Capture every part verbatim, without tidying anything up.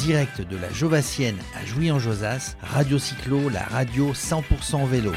direct de la Jovassienne à Jouy-en-Josas, Radio Cyclo, la radio cent pour cent vélo.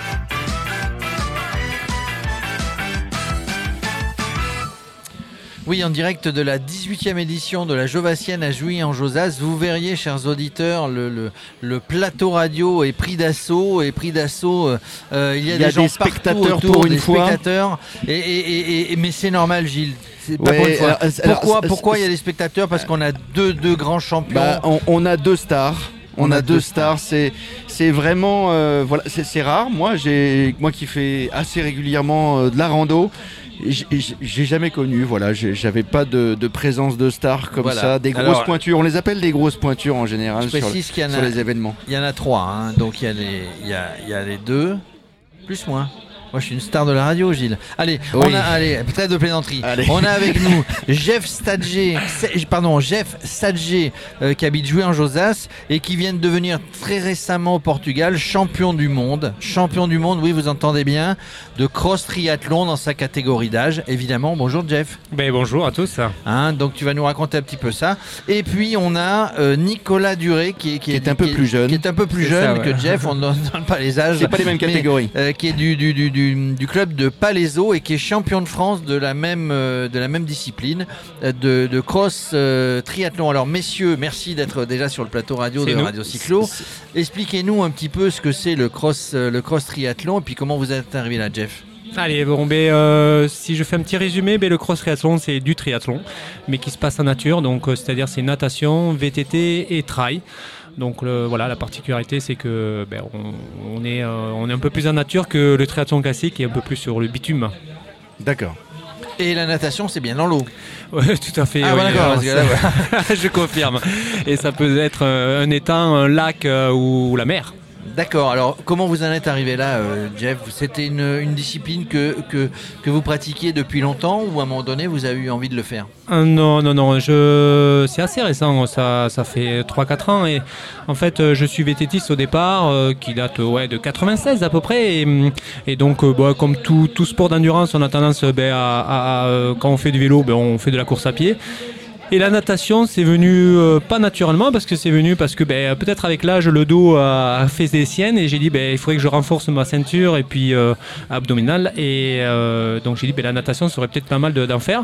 Oui, en direct de la dix-huitième édition de la Jovassienne à Jouy-en-Josas, vous verriez, chers auditeurs, le, le, le plateau radio est pris d'assaut. Et pris d'assaut, euh, il y a, il y a des gens des spectateurs autour, pour une des fois. Spectateurs, et, et, et, et, mais c'est normal, Gilles. C'est pas Ouais, pour une fois. alors, Pourquoi, alors, pourquoi il y a des spectateurs? Parce qu'on a deux, deux grands champions. Bah, on, on a deux stars. On, on a, a deux stars. stars. C'est, c'est vraiment, euh, voilà, c'est, c'est rare. Moi, j'ai, moi qui fais assez régulièrement euh, de la rando. J'ai, j'ai jamais connu, voilà, j'ai, j'avais pas de, de présence de stars comme voilà. ça, des grosses Alors, pointures. On les appelle des grosses pointures en général sur, sur a, les événements. Il y en a trois, hein. Donc il y a les, il y a, il y a les deux, plus moins. Moi, je suis une star de la radio, Gilles. Allez, oui. on a, allez, trêve de plaisanterie. Allez. On a avec nous Jeff Stadger, pardon, Jeff Stadger, euh, qui habite Jouy-en-Josas et qui vient de devenir très récemment au Portugal champion du monde. Champion du monde, oui, vous entendez bien, de cross triathlon dans sa catégorie d'âge, évidemment. Bonjour, Jeff. Ben, bonjour à tous. Hein, donc, tu vas nous raconter un petit peu ça. Et puis, on a euh, Nicolas Duré, qui, qui, qui est un peu qui, plus jeune. Qui est un peu plus C'est jeune ça, ouais. que Jeff. On ne donne pas les âges. C'est pas les mêmes catégories. Mais, euh, qui est du, du, du, du Du, du club de Palaiseau et qui est champion de France de la même, euh, de la même discipline de, de cross euh, triathlon. Alors messieurs, merci d'être déjà sur le plateau radio c'est de nous. Radio Cyclo. C'est, c'est... Expliquez-nous un petit peu ce que c'est le cross, euh, le cross triathlon et puis comment vous êtes arrivé là, Jeff. Allez, bon, ben, euh, si je fais un petit résumé, ben, le cross triathlon c'est du triathlon mais qui se passe en nature, donc euh, c'est-à-dire c'est natation, V T T et trail. Donc le, voilà, la particularité c'est que ben, on, on, est, euh, on est un peu plus en nature que le triathlon classique et un peu plus sur le bitume. D'accord. Et la natation c'est bien dans l'eau. Oui, tout à fait. Ah oui, ouais, d'accord. Alors, là, ouais. Je confirme. Et ça peut être un étang, un lac euh, ou la mer. D'accord, alors comment vous en êtes arrivé là, euh, Jeff? C'était une, une discipline que, que, que vous pratiquiez depuis longtemps ou à un moment donné vous avez eu envie de le faire? euh, Non, non, non, je... c'est assez récent, ça, ça fait trois quatre ans et en fait je suis vététiste au départ euh, qui date ouais, de quatre-vingt-seize à peu près et, et donc euh, bah, comme tout, tout sport d'endurance on a tendance ben, à, à, à, quand on fait du vélo ben, on fait de la course à pied. Et la natation, c'est venu euh, pas naturellement parce que c'est venu parce que ben, peut-être avec l'âge, le dos a fait des siennes et j'ai dit ben, il faudrait que je renforce ma ceinture et puis euh, abdominale et euh, donc j'ai dit ben, la natation serait peut-être pas mal de, d'en faire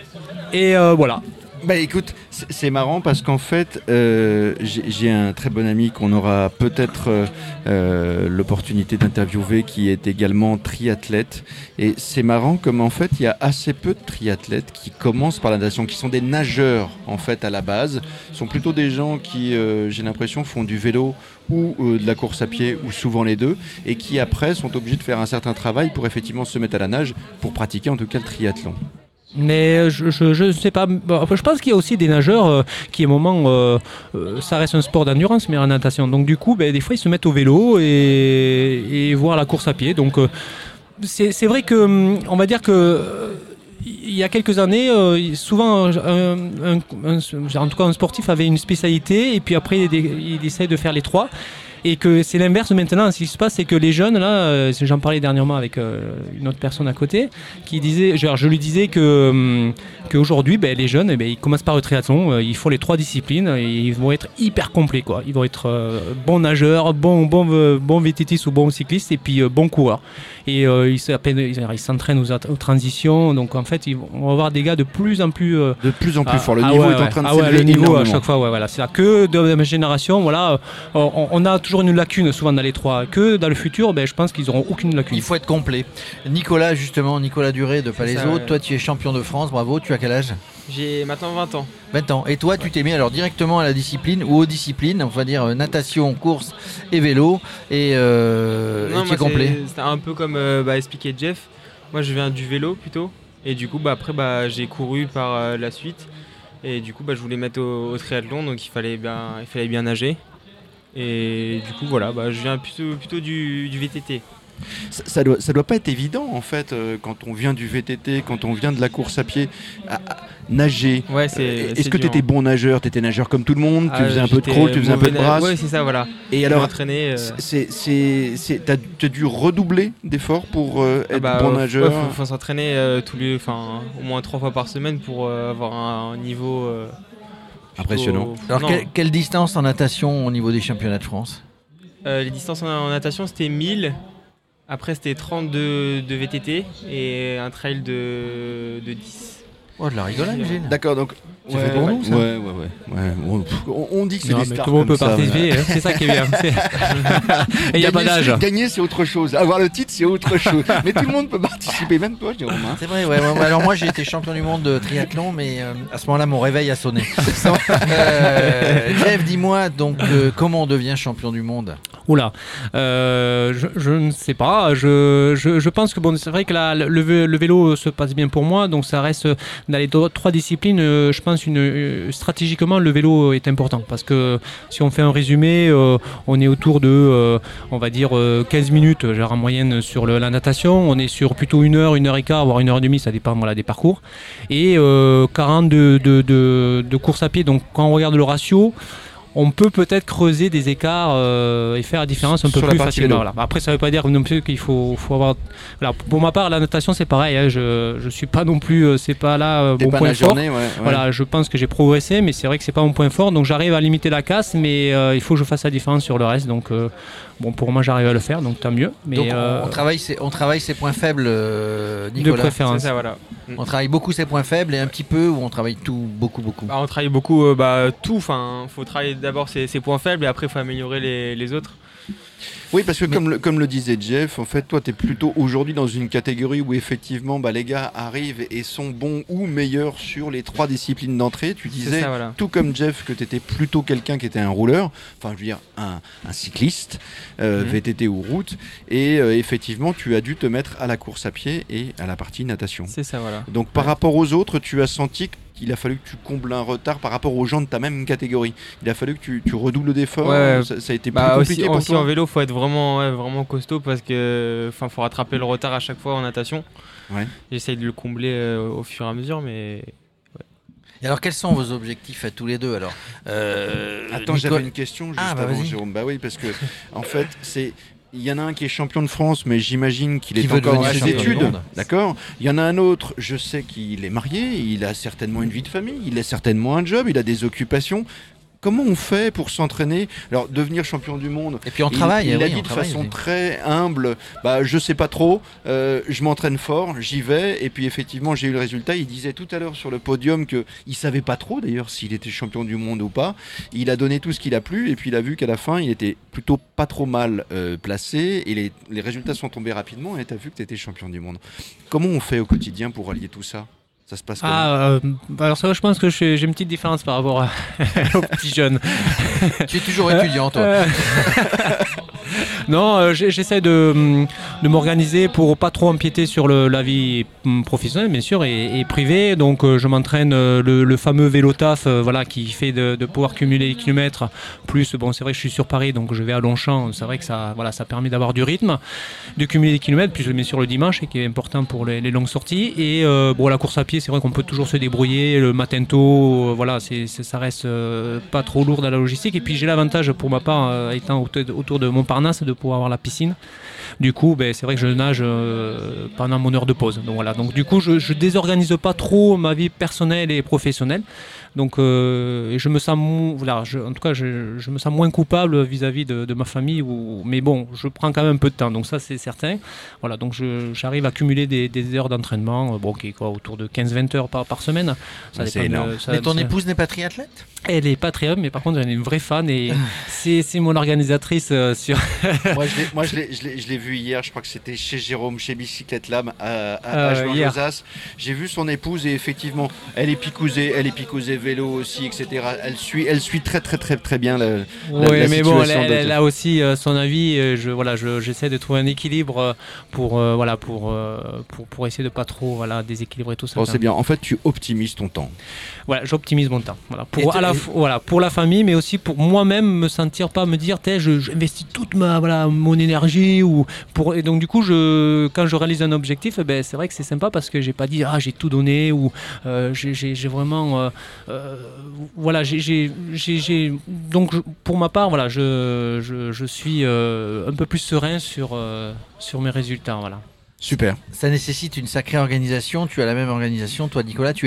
et euh, voilà. Bah écoute, c'est, c'est marrant parce qu'en fait, euh, j'ai, j'ai un très bon ami qu'on aura peut-être euh, euh, l'opportunité d'interviewer qui est également triathlète. Et c'est marrant comme en fait, il y a assez peu de triathlètes qui commencent par la natation, qui sont des nageurs en fait à la base. Ce sont plutôt des gens qui, euh, j'ai l'impression, font du vélo ou euh, de la course à pied ou souvent les deux et qui après sont obligés de faire un certain travail pour effectivement se mettre à la nage pour pratiquer en tout cas le triathlon. Mais je ne sais pas. Je pense qu'il y a aussi des nageurs euh, qui, à un moment, euh, euh, ça reste un sport d'endurance, mais en natation. Donc, du coup, ben, des fois, ils se mettent au vélo et, et voire la course à pied. Donc, euh, c'est, c'est vrai que, on va dire que. Euh, il y a quelques années, euh, souvent, un, un, un, en tout cas, un sportif avait une spécialité et puis après, il, il essaie de faire les trois. Et que c'est l'inverse maintenant. Ce qui se passe, c'est que les jeunes, là, euh, j'en parlais dernièrement avec euh, une autre personne à côté, qui disait, genre, je lui disais que euh, qu'aujourd'hui, ben, les jeunes, eh ben, ils commencent par le triathlon, euh, ils font les trois disciplines et ils vont être hyper complets, quoi. Ils vont être euh, bons nageurs, bons bon, euh, bon V T T ou bons cyclistes et puis euh, bons coureurs. Et euh, ils, ils s'entraînent aux, aux transitions, donc en fait, ils vont, on va avoir des gars de plus en plus euh, de plus en plus ah, fort. Le ah, niveau ouais, est en train de ah, s'élever ouais, le niveau énormément. à chaque fois, ouais, voilà. C'est que de ma génération, voilà, on, on a toujours une lacune souvent dans les trois. Que dans le futur, ben, je pense qu'ils n'auront aucune lacune. Il faut être complet. Nicolas, justement, Nicolas Duré de Palaiseau, ça, ouais. Toi tu es champion de France, bravo. Tu as quel âge? J'ai maintenant vingt ans. vingt ans. Et toi, tu t'es mis alors directement à la discipline ou aux disciplines, on va dire euh, natation, course et vélo, et, euh, non, et tu es complet. C'était un peu comme euh, bah, expliqué Jeff. Moi, je viens du vélo plutôt, et du coup, bah, après, bah, j'ai couru par euh, la suite, et du coup, bah, je voulais mettre au, au triathlon, donc il fallait bien, il fallait bien nager, et du coup, voilà, bah, je viens plutôt, plutôt du, du V T T. Ça, ça doit, ça doit pas être évident en fait euh, quand on vient du V T T, quand on vient de la course à pied, à, à nager. Ouais, c'est, euh, c'est est-ce que tu étais bon nageur? Tu étais nageur comme tout le monde? ah, Tu faisais un peu de crawl, tu faisais un peu de brasse? Ouais, c'est ça, voilà. Et alors, euh... c'est, c'est, c'est, t'as, t'as dû redoubler d'efforts pour euh, être ah bah, bon nageur? Ouais, faut, faut s'entraîner euh, tous les, enfin, au moins trois fois par semaine pour euh, avoir un, un niveau. Euh, Impressionnant. Alors, quelle, quelle distance en natation au niveau des championnats de France ? euh, Les distances en, en natation, c'était mille. Après, c'était trente de, de V T T et un trail de, de dix. Oh, de la rigolade, Gilles. D'accord, donc. C'est fait pour nous, ça. Ouais, ouais, ouais. ouais. On, on, on dit que c'est Non, des mais stars. tout le monde peut ça, participer, ouais. hein, c'est ça qui est bien. C'est... Et il n'y a pas d'âge. Gagner, c'est autre chose. Avoir le titre, c'est autre chose. Mais tout le monde peut participer, même toi, Jérôme. Hein. C'est vrai, ouais, ouais, ouais. Alors moi, j'ai été champion du monde de triathlon, mais euh, à ce moment-là, mon réveil a sonné. euh, Jeff, dis-moi, donc, euh, comment on devient champion du monde ? Oula, euh, je, je ne sais pas. Je, je, je pense que bon, c'est vrai que la, le, le vélo se passe bien pour moi, donc ça reste dans les deux, trois disciplines. Je pense une, une stratégiquement le vélo est important parce que si on fait un résumé, euh, on est autour de, euh, on va dire euh, quinze minutes, genre en moyenne sur le, la natation. On est sur plutôt une heure, une heure et quart, voire une heure et demie, ça dépend voilà des parcours. Et euh, quarante de, de, de, de course à pied. Donc quand on regarde le ratio, on peut peut-être creuser des écarts euh, et faire la différence un peu sur plus facilement. Voilà. Après, ça ne veut pas dire non plus qu'il faut, faut avoir. Voilà. Pour ma part, la natation, c'est pareil. Hein. Je ne suis pas non plus. Euh, c'est pas là euh, mon pas point fort. Journée, ouais, ouais. Voilà, je pense que j'ai progressé, mais c'est vrai que c'est pas mon point fort. Donc, j'arrive à limiter la casse, mais euh, il faut que je fasse la différence sur le reste. Donc, euh, bon, pour moi, j'arrive à le faire, donc tant mieux. Mais donc, euh, on, travaille ses, on travaille ses points faibles, euh, Nicolas. De préférence. C'est ça, voilà. On travaille beaucoup ses points faibles et un petit peu, ou on travaille tout, beaucoup, beaucoup. Bah, on travaille beaucoup, euh, bah, tout. Enfin, faut travailler d'abord ses, ses points faibles et après, il faut améliorer les, les autres. Oui, parce que Mais... comme, le, comme le disait Jeff, en fait, toi, tu es plutôt aujourd'hui dans une catégorie où effectivement, bah, les gars arrivent et sont bons ou meilleurs sur les trois disciplines d'entrée. Tu disais, ça, voilà. tout comme Jeff, que tu étais plutôt quelqu'un qui était un rouleur, enfin, je veux dire, un, un cycliste, euh, mmh. V T T ou route, et euh, effectivement, tu as dû te mettre à la course à pied et à la partie natation. C'est ça, voilà. Donc, par ouais. rapport aux autres, tu as senti que il a fallu que tu combles un retard par rapport aux gens de ta même catégorie. Il a fallu que tu, tu redoubles d'efforts. Ouais, ça, ça a été plus bah compliqué aussi, pour aussi toi. En vélo, faut être vraiment, ouais, vraiment costaud parce que, enfin, faut rattraper le retard à chaque fois en natation. Ouais. J'essaye de le combler euh, au fur et à mesure, mais. Ouais. Et alors, quels sont vos objectifs à tous les deux alors euh, Attends, Nicole... j'avais une question juste ah, bah, avant, vas-y. Jérôme. Bah oui, parce que en fait, c'est. Il y en a un qui est champion de France, mais j'imagine qu'il qui est encore dans ses études. Monde. D'accord. Il y en a un autre, je sais qu'il est marié, il a certainement une vie de famille, il a certainement un job, il a des occupations. Comment on fait pour s'entraîner ? Alors, devenir champion du monde. Et puis on il, travaille. Il oui, a dit de façon aussi. très humble, bah, je sais pas trop, euh, je m'entraîne fort, j'y vais, et puis effectivement j'ai eu le résultat. Il disait tout à l'heure sur le podium qu'il savait pas trop d'ailleurs s'il était champion du monde ou pas. Il a donné tout ce qu'il a plu, et puis il a vu qu'à la fin il était plutôt pas trop mal euh, placé, et les, les résultats sont tombés rapidement, et tu as vu que tu étais champion du monde. Comment on fait au quotidien pour allier tout ça ? Ça se passe comment ? Ah, euh, alors ça, je pense que j'ai une petite différence par rapport à, aux petits jeunes. Tu es toujours étudiant, toi. Euh, non, euh, j'essaie de, de m'organiser pour pas trop empiéter sur le, la vie professionnelle, bien sûr, et, et privée. Donc, euh, je m'entraîne euh, le, le fameux vélo taf, euh, voilà, qui fait de, de pouvoir cumuler les kilomètres. Plus, bon, c'est vrai que je suis sur Paris, donc je vais à Longchamp. C'est vrai que ça, voilà, ça permet d'avoir du rythme, de cumuler les kilomètres. Puis je le mets sur le dimanche, et qui est important pour les, les longues sorties. Et euh, bon, la course à pied, c'est vrai qu'on peut toujours se débrouiller le matin tôt, euh, voilà, c'est, c'est, ça reste euh, pas trop lourd dans la logistique. Et puis j'ai l'avantage pour ma part, euh, étant autour de Montparnasse, de pouvoir avoir la piscine. Du coup, ben, c'est vrai que je nage euh, pendant mon heure de pause. Donc voilà. Donc du coup, je, je désorganise pas trop ma vie personnelle et professionnelle. Donc euh, je me sens, mou- voilà, je, en tout cas, je, je me sens moins coupable vis-à-vis de, de ma famille. Ou, mais bon, je prends quand même un peu de temps. Donc ça, c'est certain. Voilà. Donc je, j'arrive à cumuler des, des heures d'entraînement, bon, qui est quoi, autour de quinze à vingt heures par, par semaine. Ça ouais, c'est énorme. De, ça, mais ton ça... épouse n'est pas triathlète ? Elle est pas très mais par contre, elle est une vraie fan et c'est, c'est mon organisatrice euh, sur. moi, je l'ai, moi je, l'ai, je, l'ai, je l'ai vu hier, je crois que c'était chez Jérôme, chez Bicyclette Lab, à, à, euh, à Juin-Josas. J'ai vu son épouse et effectivement, elle est picousée, elle est picousée vélo aussi, et cetera. Elle suit, elle suit très, très, très, très bien la, oui, la, la mais situation. Bon, elle, elle a aussi euh, son avis. Euh, je, voilà, je, j'essaie de trouver un équilibre pour, euh, voilà, pour, euh, pour, pour essayer de pas trop voilà, déséquilibrer tout ça. Bon, c'est bien. En fait, tu optimises ton temps. Voilà, j'optimise mon temps. Voilà, pour, à la, voilà, pour la famille, mais aussi pour moi-même me sentir pas, me dire, je, j'investis toute ma, voilà, mon énergie. Ou pour, et donc, du coup, je, quand je réalise un objectif, ben, c'est vrai que c'est sympa parce que j'ai pas dit, ah, j'ai tout donné ou euh, j'ai, j'ai, j'ai vraiment. Euh, euh, voilà, j'ai, j'ai, j'ai, j'ai. Donc, je, pour ma part, voilà, je, je, je suis euh, un peu plus serein sur, euh, sur mes résultats. Voilà. Super. Ça nécessite une sacrée organisation. Tu as la même organisation. Toi, Nicolas, tu es étudiant ?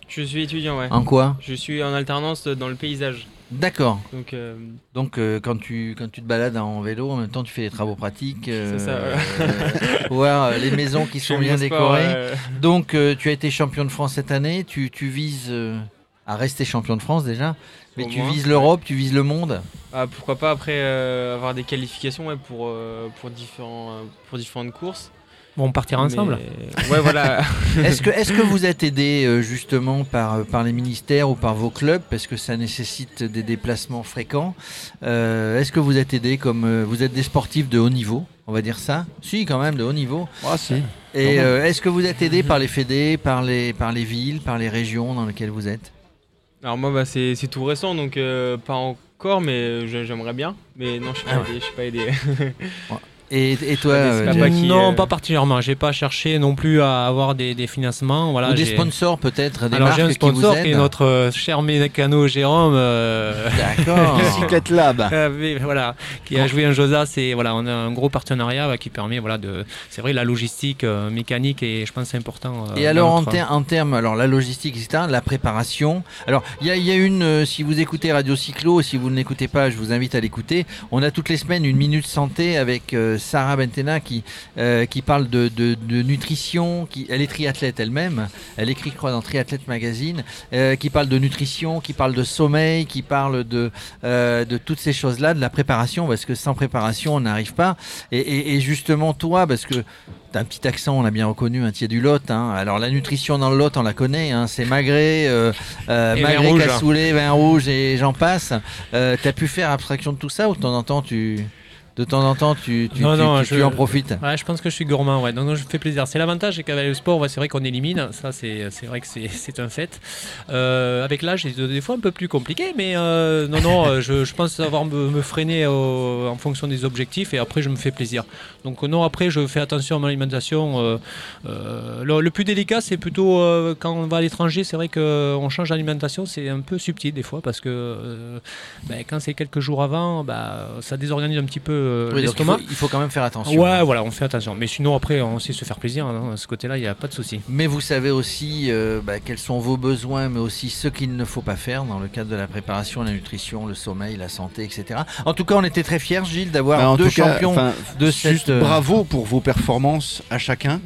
Je suis étudiant, ouais. En quoi? Je suis en alternance dans le paysage. D'accord. Donc, euh... Donc euh, quand, tu, quand tu te balades en vélo, en même temps tu fais les travaux pratiques, euh, c'est ça, ouais. euh, voir les maisons qui sont bien sport, décorées. euh... Donc euh, tu as été champion de France cette année, tu, tu vises euh, à rester champion de France déjà, mais Au tu moins, vises l'Europe, ouais. Tu vises le monde. Ah, pourquoi pas après euh, avoir des qualifications ouais, pour, euh, pour, différents, euh, pour différentes courses. On partira ensemble. Mais... Ouais, voilà. Est-ce que, est-ce que vous êtes aidé euh, justement par, par les ministères ou par vos clubs, parce que ça nécessite des déplacements fréquents. euh, Est-ce que vous êtes aidé comme euh, vous êtes des sportifs de haut niveau, on va dire ça? Si, quand même, de haut niveau. Ah, si. Et euh, est-ce que vous êtes aidé par les fédés, par les, par les villes, par les régions dans lesquelles vous êtes? Alors moi, bah, c'est, c'est tout récent, donc euh, pas encore, mais j'aimerais bien. Mais non, je ne suis pas aidé. Ouais. Et, et toi euh, pas qui, Non, euh... pas particulièrement. J'ai pas cherché non plus à avoir des, des financements. Voilà, ou des j'ai... sponsors peut-être, des Alors, marques j'ai un sponsor qui, qui est notre euh, cher mécano Jérôme. Euh... D'accord. Bicyclette Lab. Euh, mais, voilà, qui a joué un Josas. Et voilà, on a un gros partenariat bah, qui permet voilà de. C'est vrai la logistique euh, mécanique et je pense que c'est important. Euh, et alors en, notre... ter- en termes, alors la logistique, et cetera, la préparation. Alors il y, y a une, euh, si vous écoutez Radio Cyclo, si vous ne l'écoutez pas, je vous invite à l'écouter. On a toutes les semaines une minute santé avec euh, Sarah Bentena. Qui, euh, qui parle de, de, de nutrition, qui, elle est triathlète elle-même, elle écrit je crois dans Triathlète Magazine, euh, qui parle de nutrition, qui parle de sommeil, qui parle de, euh, de toutes ces choses-là, de la préparation, parce que sans préparation on n'arrive pas. Et, et, et justement toi, parce que t'as un petit accent, on l'a bien reconnu, un tiers du Lot. Hein. Alors la nutrition dans le Lot, on la connaît, hein. C'est magret, euh, euh, magret, cassoulet, vin rouge et j'en passe. Euh, t'as pu faire abstraction de tout ça ou de temps en temps tu... De temps en temps, tu, tu, non, tu, non, tu, je, tu en profites. Ouais, je pense que je suis gourmand. Ouais. Donc, donc, je me fais plaisir. C'est l'avantage, c'est qu'avec le sport, ouais, c'est vrai qu'on élimine. Ça, c'est, c'est vrai que c'est, c'est un fait. Euh, avec l'âge, c'est des fois un peu plus compliqué. Mais euh, non, non, je, je pense savoir me, me freiner au, en fonction des objectifs. Et après, je me fais plaisir. Donc, non, après, je fais attention à mon alimentation. Euh, euh, le, le plus délicat, c'est plutôt euh, quand on va à l'étranger. C'est vrai qu'on change d'alimentation. C'est un peu subtil des fois. Parce que euh, ben, quand c'est quelques jours avant, bah, ça désorganise un petit peu. Oui, donc il, faut, il faut quand même faire attention. Ouais, voilà, on fait attention. Mais sinon, après, on sait se faire plaisir. Hein. À ce côté-là, il n'y a pas de souci. Mais vous savez aussi euh, bah, quels sont vos besoins, mais aussi ce qu'il ne faut pas faire dans le cadre de la préparation, la nutrition, le sommeil, la santé, et cetera. En tout cas, on était très fiers, Gilles, d'avoir bah, deux champions cas, de cette... cette... Bravo pour vos performances à chacun.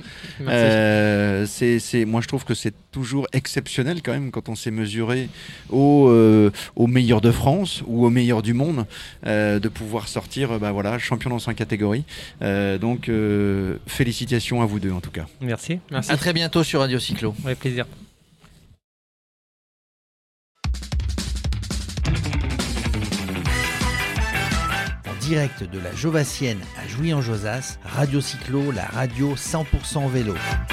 Euh, c'est, c'est, moi, je trouve que c'est toujours exceptionnel quand même quand on s'est mesuré au, euh, au meilleur de France ou au meilleur du monde, euh, de pouvoir sortir bah, voilà, champion dans sa catégorie. Euh, donc, euh, félicitations à vous deux en tout cas. Merci. Merci. À très bientôt sur Radio Cyclo. Avec plaisir. En direct de la Jovassienne à Jouy-en-Josas, Radio Cyclo, la radio cent pour cent vélo.